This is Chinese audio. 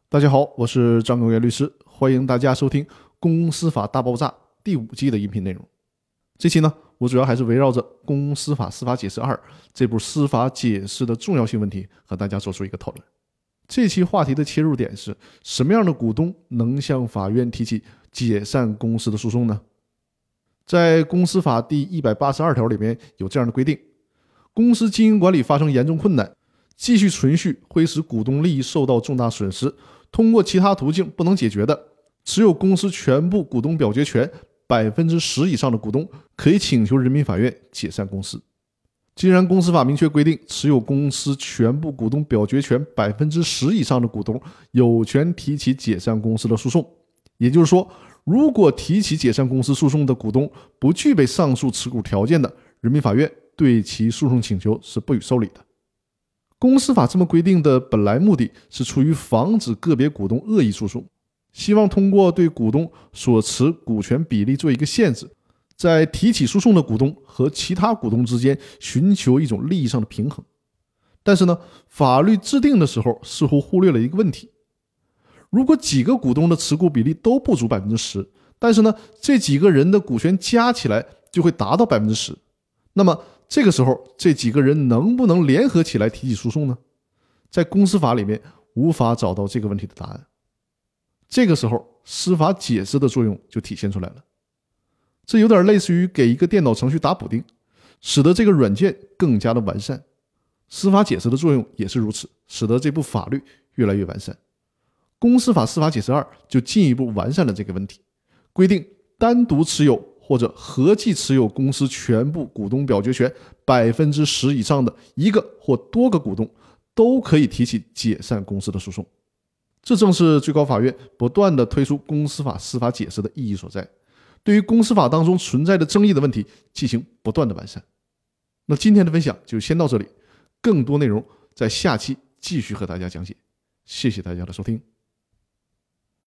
大家好，我是张根源律师，欢迎大家收听《公司法大爆炸》第5季的音频内容。这期呢，我主要还是围绕着《公司法司法解释2》这部司法解释的重要性问题和大家做出一个讨论。这期话题的切入点是什么样的股东能向法院提起解散公司的诉讼呢？在公司法第182条里面有这样的规定：公司经营管理发生严重困难，继续存续会使股东利益受到重大损失，通过其他途径不能解决的，持有公司全部股东表决权10%以上的股东可以请求人民法院解散公司。既然公司法明确规定，持有公司全部股东表决权10%以上的股东有权提起解散公司的诉讼，也就是说，如果提起解散公司诉讼的股东不具备上述持股条件的，人民法院对其诉讼请求是不予受理的。公司法这么规定的本来目的是出于防止个别股东恶意诉讼，希望通过对股东所持股权比例做一个限制，在提起诉讼的股东和其他股东之间寻求一种利益上的平衡。但是呢，法律制定的时候似乎忽略了一个问题：如果几个股东的持股比例都不足10%，但是呢，这几个人的股权加起来就会达到10%，那么这个时候这几个人能不能联合起来提起诉讼呢？在公司法里面无法找到这个问题的答案。这个时候司法解释的作用就体现出来了。这有点类似于给一个电脑程序打补丁，使得这个软件更加的完善。司法解释的作用也是如此，使得这部法律越来越完善。公司法司法解释2就进一步完善了这个问题，规定单独持有或者合计持有公司全部股东表决权10%以上的一个或多个股东都可以提起解散公司的诉讼。这正是最高法院不断的推出公司法司法解释的意义所在，对于公司法当中存在的争议的问题进行不断的完善。那今天的分享就先到这里，更多内容在下期继续和大家讲解。谢谢大家的收听。